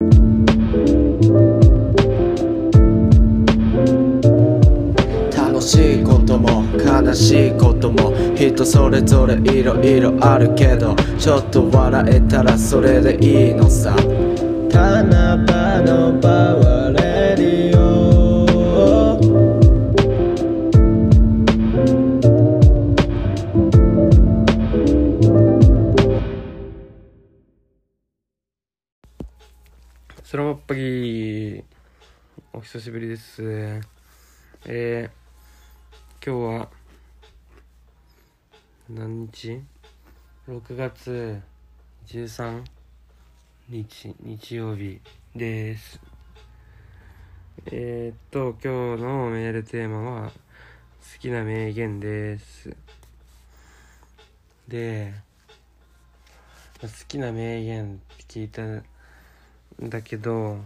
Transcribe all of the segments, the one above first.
楽しいことも悲しいことも人それぞれいろいろあるけど、ちょっと笑えたらそれでいいのさ。七夕のパワーレディオ。 スラマッパギー、お久しぶりです。今日は何日 ?6 月13日日曜日です。今日のメールテーマは好きな名言です。で、好きな名言って聞いたんだけど、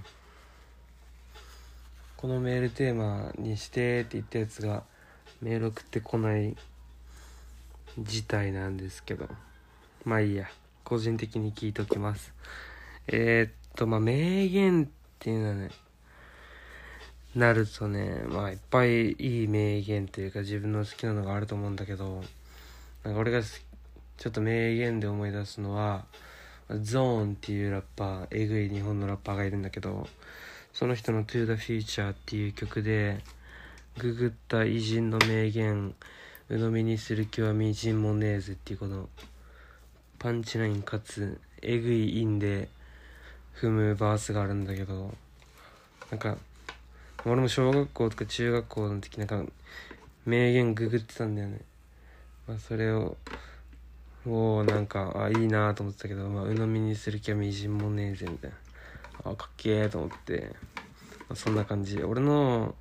このメールテーマにしてって言ったやつがメール送ってこない事態なんですけど、まあいいや、個人的に聞いておきます。名言っていうのはね、なるとね、いっぱいいい名言というか自分の好きなのがあると思うんだけど、なんか俺がちょっと名言で思い出すのは、ゾーンっていうラッパー、えぐい日本のラッパーがいるんだけど、その人の To the Future っていう曲でググった偉人の名言、鵜呑みにする気はみじんもねえぜっていうこのパンチラインかつえぐい韻で踏むバースがあるんだけど、なんか俺も小学校とか中学校の時なんか名言ググってたんだよね。それをなんかいいなと思ってたけど、鵜呑みにする気はみじんもねえぜみたいな、かっけーと思って、そんな感じ。俺の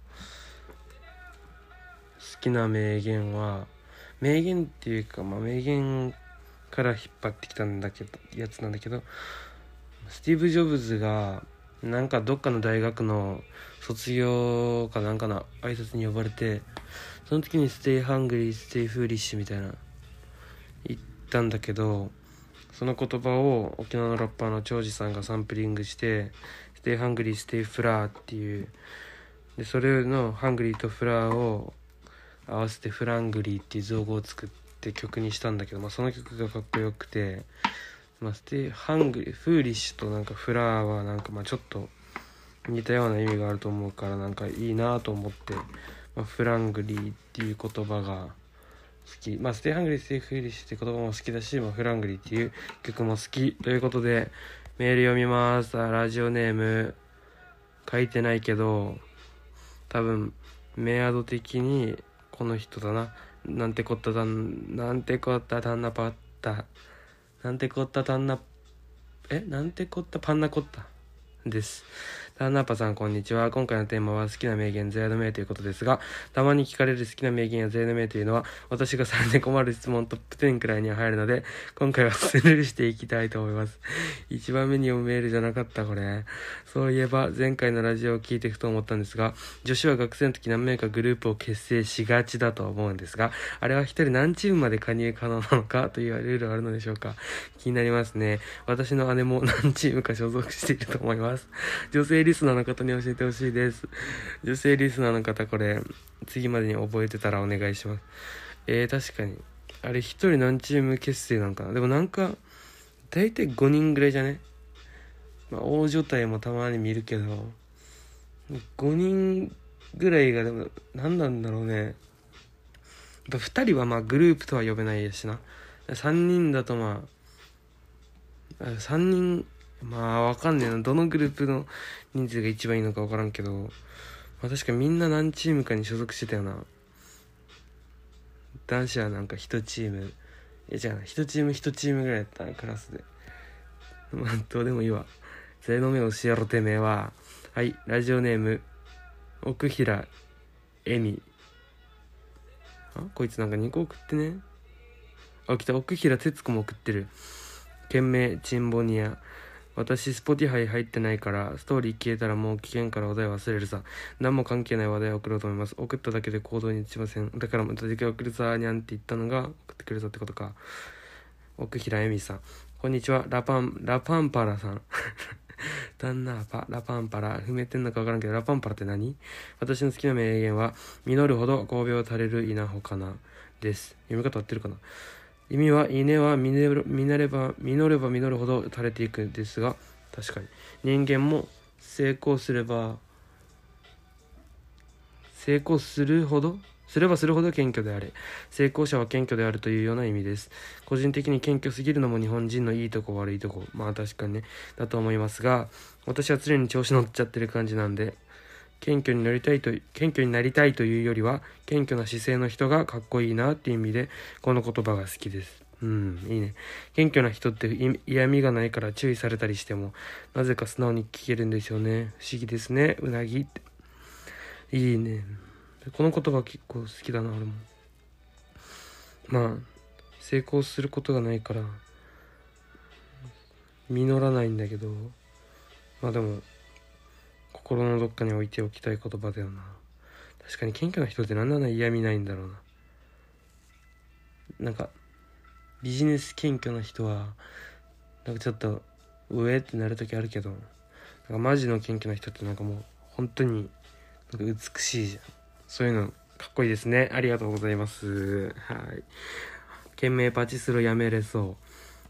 好きな名言は、名言っていうか、名言から引っ張ってきたんだけど、やつなんだけど、スティーブ・ジョブズがなんかどっかの大学の卒業かなんかの挨拶に呼ばれて、その時にステイハングリーステイフーリッシュみたいな言ったんだけど、その言葉を沖縄のラッパーの長司さんがサンプリングして、ステイハングリーステイフラーっていう、でそれのハングリーとフラーを合わせてフラングリーっていう造語を作って曲にしたんだけど、その曲がかっこよくて、ステイハングリー、フーリッシュとなんかフラーはなんかちょっと似たような意味があると思うから、なんかいいなと思って、フラングリーっていう言葉が好き。ステイハングリーステイフーリッシュっていう言葉も好きだし、フラングリーっていう曲も好きということでメール読みます。ラジオネーム書いてないけど、多分メアド的にこの人だな。なんてこったパンナコッタです。タンナッパさんこんにちは。今回のテーマは好きな名言ゼアド名ということですが、たまに聞かれる好きな名言やゼアド名というのは私がされて困る質問トップ10くらいには入るので、今回はスルーしていきたいと思います。一番目に読むメールじゃなかったこれ。そういえば前回のラジオを聞いてふと思ったんですが、女子は学生の時何名かグループを結成しがちだと思うんですが、あれは一人何チームまで加入可能なのかというルールはあるのでしょうか。気になりますね。私の姉も何チームか所属していると思います。女性リスナーの方に教えてほしいです。女性リスナーの方、これ次までに覚えてたらお願いします。確かにあれ一人何チーム結成なのかな。でもなんか大体5人ぐらいじゃね。大所帯もたまに見るけど5人ぐらいが、でも何なんだろうね。やっぱ2人はグループとは呼べないやしな。3人だと3人わかんねえな。どのグループの人数が一番いいのかわからんけど、確かみんな何チームかに所属してたよな。男子はなんか1チーム、1チームぐらいやったクラスで。どうでもいいわ。ゼの目をしやろてめえは。はい、ラジオネーム奥平恵美。こいつなんか2個送ってね。来た。奥平徹子も送ってる。件名チンボニア。私スポティファイ入ってないからストーリー消えたらもう危険から話題忘れるさ。何も関係ない話題を送ろうと思います。送っただけで行動に移しません。だからまた時間送るさにゃんって言ったのが送ってくれたってことか。奥平恵美さんこんにちは。ラパンパラさんタンナーパ、ラパンパラ、踏めてんのか分からんけど、ラパンパラって何？私の好きな名言は、実るほど神戸を垂れる稲穂かな、です。読み方合ってるかな？意味は、稲は実れば実るほど垂れていくですが、確かに。人間も成功すればすればするほど謙虚であれ。成功者は謙虚であるというような意味です。個人的に謙虚すぎるのも日本人のいいとこ悪いとこ、まあ確かにね、だと思いますが、私は常に調子乗っちゃってる感じなんで、謙虚になりたいというよりは、謙虚な姿勢の人がかっこいいなっていう意味で、この言葉が好きです。いいね。謙虚な人って嫌味がないから注意されたりしても、なぜか素直に聞けるんですよね。不思議ですね。うなぎって。いいね。この言葉結構好きだな、俺も。まあ、成功することがないから、実らないんだけど、まあでも、心のどっかに置いておきたい言葉だよな。確かに謙虚な人ってなんな嫌味ないんだろうな。なんか、ビジネス謙虚な人は、なんかちょっと、上ってなるときあるけど、なんかマジの謙虚な人ってなんかもう、本当に、なんか美しいじゃん。そういうのかっこいいですね。ありがとうございます。はい。懸命パチスロやめれそう。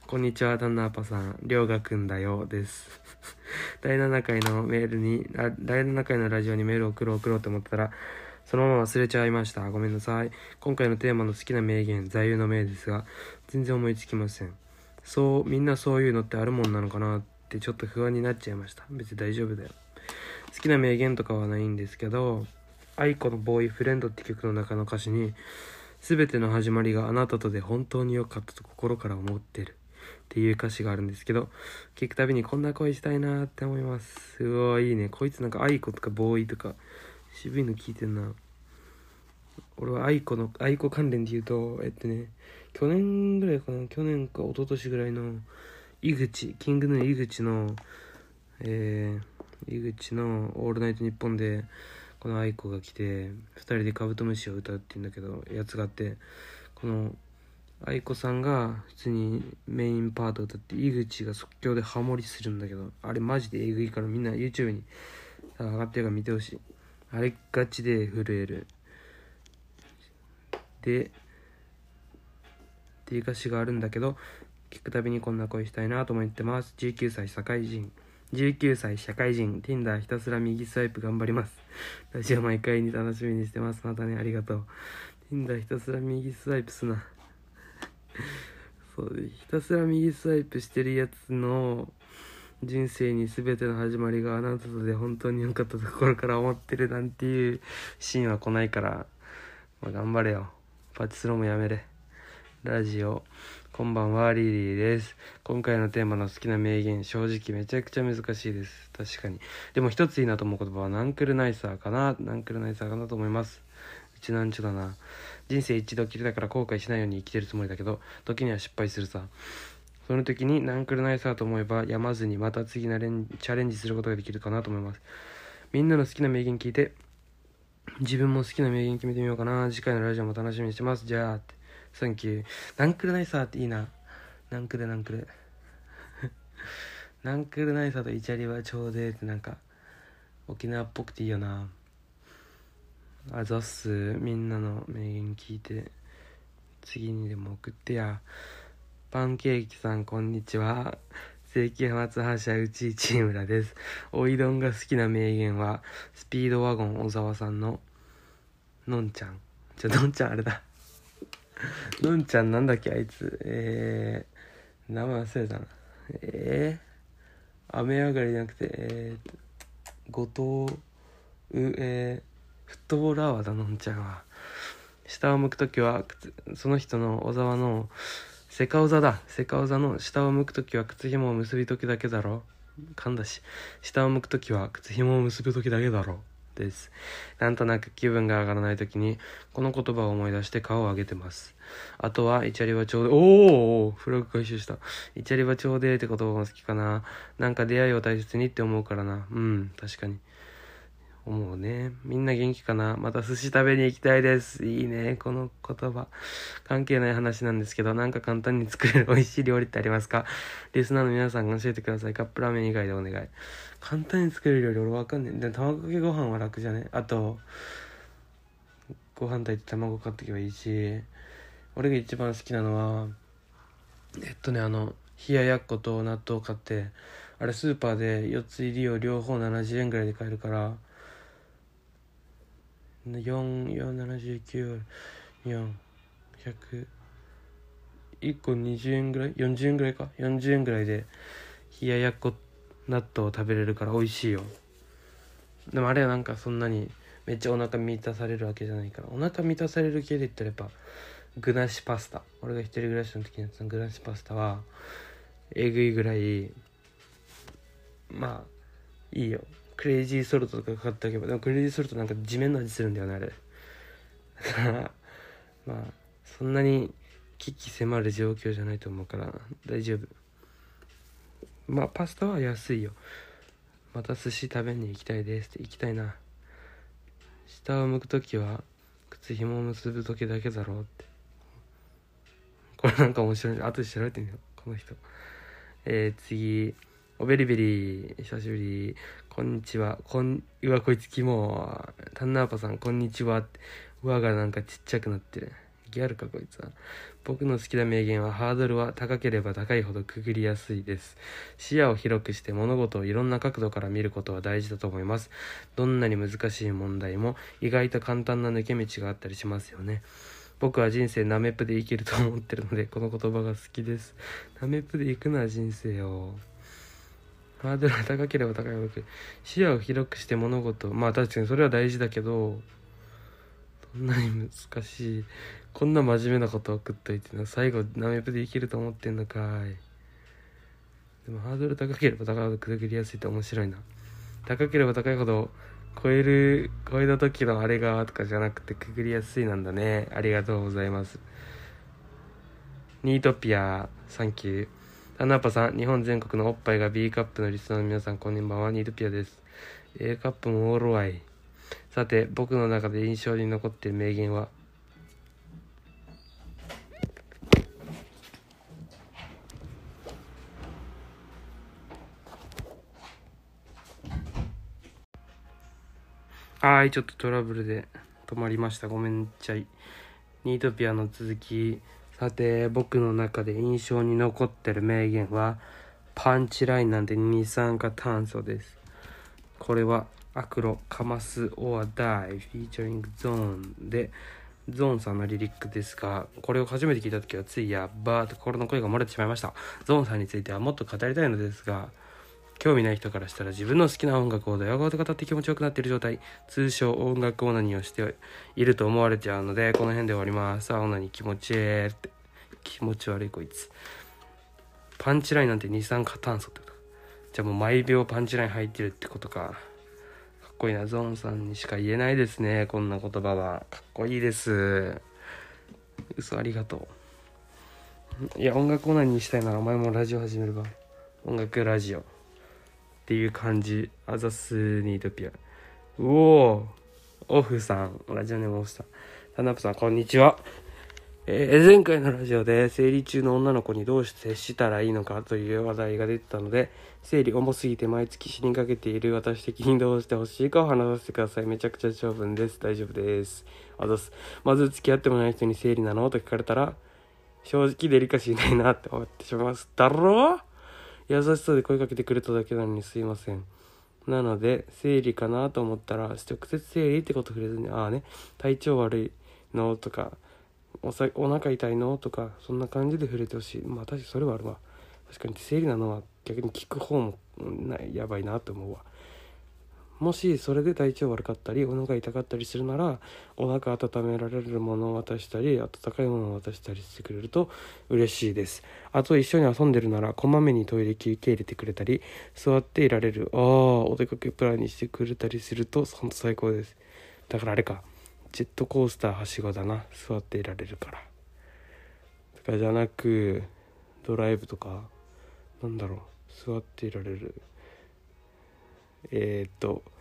こんにちは、タンナーパさん。りょうがくんだよ。です。第7回のラジオにメールを送ろうと思ったら、そのまま忘れちゃいました。ごめんなさい。今回のテーマの好きな名言、座右の銘ですが、全然思いつきません。みんなそういうのってあるもんなのかなってちょっと不安になっちゃいました。別に大丈夫だよ。好きな名言とかはないんですけど、愛子のボーイフレンドって曲の中の歌詞に、すべての始まりがあなたとで本当に良かったと心から思ってるっていう歌詞があるんですけど、聞くたびにこんな声したいなって思います。すごいいいね。こいつなんか愛子とかボーイとか渋いの聞いてんな。俺は愛子関連で言うと、去年か一昨年ぐらいのキングの井口のオールナイトニッポンで、この愛子が来て2人でカブトムシを歌うって言うんだけど、やつがあって、この愛子さんが普通にメインパートを歌って、井口が即興でハモリするんだけど、あれマジでえぐいから、みんな YouTube に上がってるから見てほしい。あれガチで震える。でっていう歌詞があるんだけど、聞くたびにこんな声したいなと思ってます。19歳社会人 Tinder ひたすら右スワイプ頑張ります。ラジオ毎回に楽しみにしてます。またね、ありがとう。 Tinder ひたすら右スワイプすな。そうひたすら右スワイプしてるやつの人生に全ての始まりがあなたとで本当に良かったところから思ってるなんていうシーンは来ないから、頑張れよ。パチスロもやめれ。ラジオこんばんは、リリーです。今回のテーマの好きな名言、正直めちゃくちゃ難しいです。確かに。でも一ついいなと思う言葉はナンクルナイサーかなと思います。うちなんちゅだな。人生一度きりだから後悔しないように生きてるつもりだけど、時には失敗するさ。その時にナンクルナイサーと思えばやまずにまた次なチャレンジすることができるかなと思います。みんなの好きな名言聞いて、自分も好きな名言決めてみようかな。次回のラジオも楽しみにしてます。じゃあって。サンキュー。ナンクルナイサーっていいな。ナンクルナンクルナイサーとイチャリはちょうでって、なんか沖縄っぽくていいよな。あざっす。みんなの名言聞いて次にでも送ってや。パンケーキさんこんにちは。世紀末覇者うち市村です。おいどんが好きな名言はスピードワゴン小沢さんののんちゃん。のんちゃんあれだ。のんちゃんなんだっけあいつ。名前忘れたな。雨上がりじゃなくて後藤フットボールアワーだ。のんちゃんは下を向くときはその人の小沢のセカオザの下を向くときは靴紐を結びときだけだろ。噛んだし。下を向くときは靴紐を結ぶときだけだろです。なんとなく気分が上がらないときにこの言葉を思い出して顔を上げてます。あとはイチャリはちょうどフラグ回収した。イチャリはちょうでって言葉も好きかな。なんか出会いを大切にって思うからな。確かに思うね。みんな元気かな。また寿司食べに行きたいです。いいね、この言葉。関係ない話なんですけど、なんか簡単に作れる美味しい料理ってありますか？リスナーの皆さんが教えてください。カップラーメン以外でお願い。簡単に作れる料理俺わかんねえ。でも卵かけご飯は楽じゃね？あと、ご飯炊いて卵買ってけばいいし、俺が一番好きなのは、冷ややっこと納豆買って、あれスーパーで4つ入りを両方70円ぐらいで買えるから、479、4、100、1個20円ぐらい ?40 円ぐらいか ?40 円ぐらいで冷ややっこ納豆を食べれるから美味しいよ。でもあれはなんかそんなにめっちゃお腹満たされるわけじゃないから、お腹満たされる系で言ったらやっぱ具なしパスタ、俺が一人暮らしの時にやった具なしパスタはえぐいぐらい、まあいいよ。クレイジーソルトとかかかっておけば、でもクレイジーソルトなんか地面の味するんだよねあれ。だからまあそんなに危機迫る状況じゃないと思うから大丈夫。まあパスタは安いよ。また寿司食べに行きたいですって行きたいな。下を向くときは靴紐を結ぶ時だけだろうって。これなんか面白い。後で調べてみようこの人。次、おべりべり、久しぶり。こんにちは。うわこいつキモ。タンナーパさんこんにちは。うわがなんかちっちゃくなってる。ギャルかこいつは。僕の好きな名言は、ハードルは高ければ高いほどくぐりやすいです。視野を広くして物事をいろんな角度から見ることは大事だと思います。どんなに難しい問題も意外と簡単な抜け道があったりしますよね。僕は人生ナメプで生きると思ってるので、この言葉が好きです。ナメプで行くな人生を。ハードルが高ければ高いほど視野を広くして物事、まあ確かにそれは大事だけど、どんなに難しい、こんな真面目なことを送っといて最後ナメプで生きると思ってんのかい。でもハードル高ければ高いほどくぐりやすいって面白いな。高ければ高いほど超えた時のあれがとかじゃなくてくぐりやすいなんだね。ありがとうございます。ニートピアサンキュー。タナッパさん、日本全国のおっぱいが B カップのリスナーの皆さん、こんばんは。ニートピアです。A カップもオールワイ。さて、僕の中で印象に残っている名言は、ちょっとトラブルで止まりました。ごめんちゃい。ニートピアの続き。さて、僕の中で印象に残ってる名言は、パンチラインなんて二酸化炭素です。これはアクロカマスオアダイフィーチャリングゾーンでゾーンさんのリリックですが、これを初めて聞いた時はついやっばーと心の声が漏れてしまいました。ゾーンさんについてはもっと語りたいのですが、興味ない人からしたら自分の好きな音楽をドヤ顔で語って気持ちよくなっている状態、通称音楽オナニーをしていると思われちゃうので、この辺で終わります。オナニー気持ちって、気持ち悪いこいつ。パンチラインなんて二酸化炭素ってことか。じゃあもう毎秒パンチライン入ってるってことか。かっこいいな。ゾーンさんにしか言えないですね、こんな言葉は。かっこいいです。嘘ありがとう。いや、音楽オナニーしたいならお前もラジオ始めれば。音楽ラジオっていう感じ。アザスニートピア。うおー、オフさん、ラジオネームオフさん、タナップさん、こんにちは。前回のラジオで生理中の女の子にどう接したらいいのかという話題が出てたので、生理重すぎて毎月死にかけている私的にどうしてほしいかを話させてください。めちゃくちゃ長文です。大丈夫です。まず付き合ってもない人に生理なのと聞かれたら、正直デリカシーないなって思ってしまいます。だろ？優しそうで声かけてくれただけなのにすいません。なので生理かなと思ったら直接生理ってこと触れずに、体調悪いのとかお腹痛いのとか、そんな感じで触れてほしい。まあ確かにそれはあるわ。確かに生理なのは逆に聞く方もやばいなと思うわ。もしそれで体調悪かったりお腹痛かったりするなら、お腹温められるものを渡したり温かいものを渡したりしてくれると嬉しいです。あと一緒に遊んでるならこまめにトイレ休憩入れてくれたり、座っていられるお出かけプランにしてくれたりすると本当最高です。だからあれか、ジェットコースターはしごだな。座っていられるから。とかじゃなく、ドライブとか座っていられる。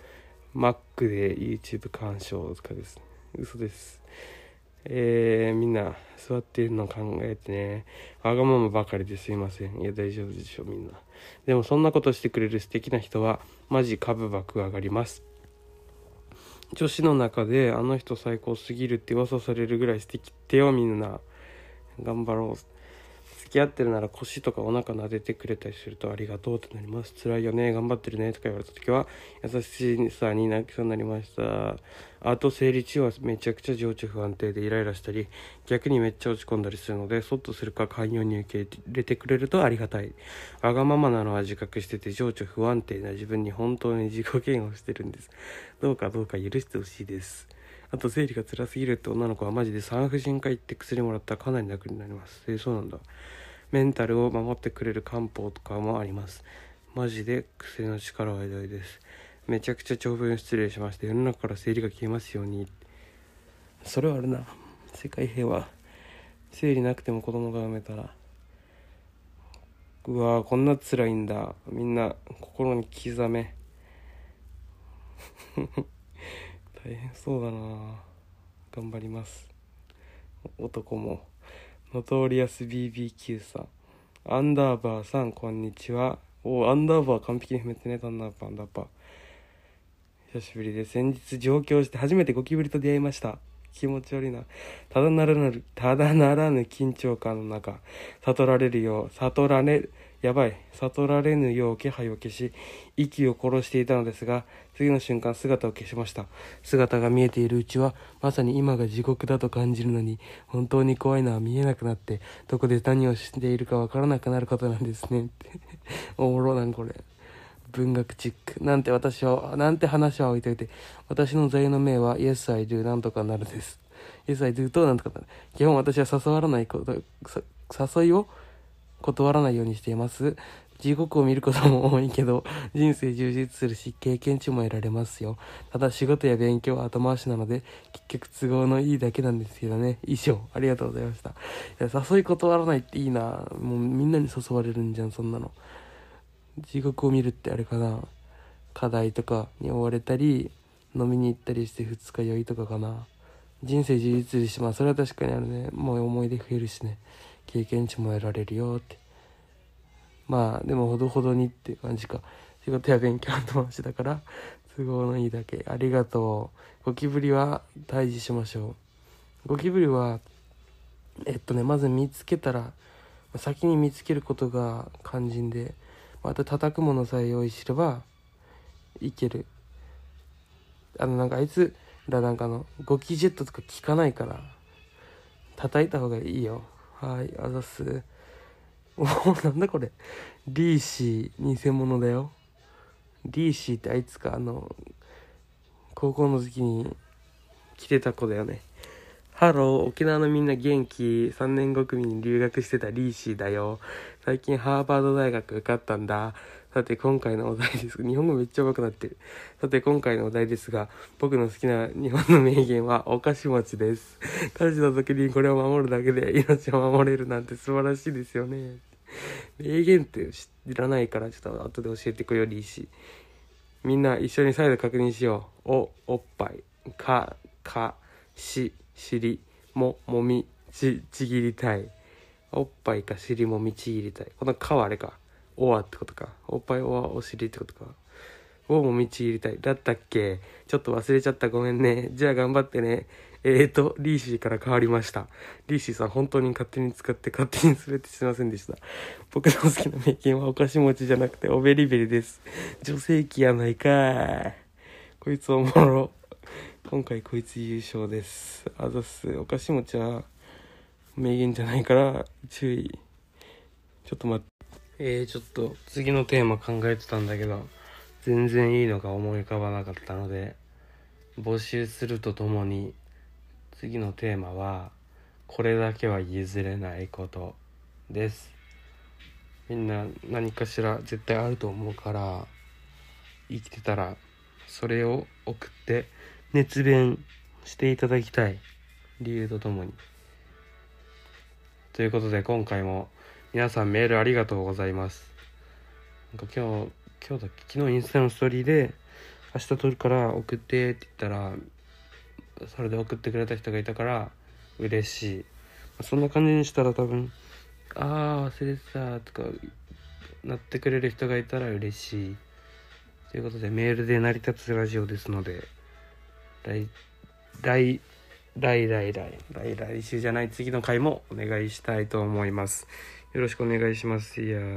Mac で YouTube 鑑賞とかですね。嘘です。みんな座っているの考えてね。わがままばかりですいません。いや大丈夫でしょみんな。でもそんなことしてくれる素敵な人はマジ株爆上がります。女子の中であの人最高すぎるって噂されるぐらい素敵ってよみんな。頑張ろう。付き合ってるなら腰とかお腹撫でてくれたりするとありがとうってなります。辛いよね頑張ってるねとか言われた時は優しさに泣きそうになりました。あと生理中はめちゃくちゃ情緒不安定でイライラしたり逆にめっちゃ落ち込んだりするのでそっとするか寛容に受け入れてくれるとありがたい。わがままなのは自覚してて情緒不安定な自分に本当に自己嫌悪してるんです。どうか許してほしいです。あと生理が辛すぎるって女の子はマジで産婦人科行って薬もらったらかなり楽になります。そうなんだ。メンタルを守ってくれる漢方とかもあります。マジで薬の力は偉大です。めちゃくちゃ長文失礼しました。世の中から生理が消えますように。それはあるな。世界平和。生理なくても子供が産めたら。うわーこんな辛いんだ。みんな心に刻め。大変そうだな。頑張ります。男もノトリアス BBQ さん、アンダーバーさんこんにちは。アンダーバー完璧に踏めてね。アンダーバー久しぶりで先日上京して初めてゴキブリと出会いました。気持ち悪いな。ただならぬ緊張感の中悟られぬよう気配を消し息を殺していたのですが次の瞬間姿を消しました。姿が見えているうちはまさに今が地獄だと感じるのに本当に怖いのは見えなくなってどこで何をしているかわからなくなることなんですねっておもろなんこれ文学チックなんて話は置いといて私の座右の銘は Yes I do なんとかなるです。 Yes I do となんとかなる。基本私は誘いを断らないようにしています。地獄を見ることも多いけど人生充実するし経験値も得られますよ。ただ仕事や勉強は後回しなので結局都合のいいだけなんですけどね。以上ありがとうございました。いや誘い断らないっていいな。もうみんなに誘われるんじゃんそんなの。地獄を見るってあれかな、課題とかに追われたり飲みに行ったりして二日酔いとかかな。人生充実するしそれは確かにあるね。もう思い出増えるしね経験値も得られるよって。でもほどほどにっていう感じか。仕事や勉強の友達だから都合のいいだけ。ありがとう。ゴキブリは退治しましょう。ゴキブリはまず見つけたら先に見つけることが肝心でまた叩くものさえ用意すればいける。あいつらゴキジェットとか効かないから叩いた方がいいよ。はいあざっす。なんだこれリーシー偽物だよ。リーシーってあいつか高校の時に来てた子だよね。ハロー沖縄のみんな元気。3年5組に留学してたリーシーだよ。最近ハーバード大学受かったんだ。さて今回のお題です。日本語めっちゃ上手くなってる。さて今回のお題ですが僕の好きな日本の名言はお菓子餅です。火事の時にこれを守るだけで命を守れるなんて素晴らしいですよね。名言って知らないからちょっと後で教えてくれよリーシー。みんな一緒に再度確認しよう。おっぱい尻もみちぎりたい。おっぱいか尻もみちぎりたい。このかはあれかおわってことか。おっぱいおわお尻ってことか。をもみちぎりたいだったっけ。ちょっと忘れちゃった。ごめんね。じゃあ頑張ってね。リーシーから変わりました。リーシーさん本当に勝手に使って勝手に滑ってすいませんでした。僕の好きな名言はお菓子餅じゃなくておべりべりです。女性器やないかい。こいつおもろ。今回こいつ優勝です。あざっす。お菓子餅は名言じゃないから注意。ちょっと待って。ちょっと次のテーマ考えてたんだけど全然いいのが思い浮かばなかったので募集するとともに次のテーマはこれだけは譲れないことです。みんな何かしら絶対あると思うから生きてたらそれを送って熱弁していただきたい理由とともに。ということで今回も皆さんメールありがとうございます。昨日インスタのストーリーで明日撮るから送ってって言ったら、それで送ってくれた人がいたから嬉しい。そんな感じにしたら多分忘れてたとかなってくれる人がいたら嬉しいということで、メールで成り立つラジオですので、来週じゃない次の回もお願いしたいと思います。よろしくお願いします。いやー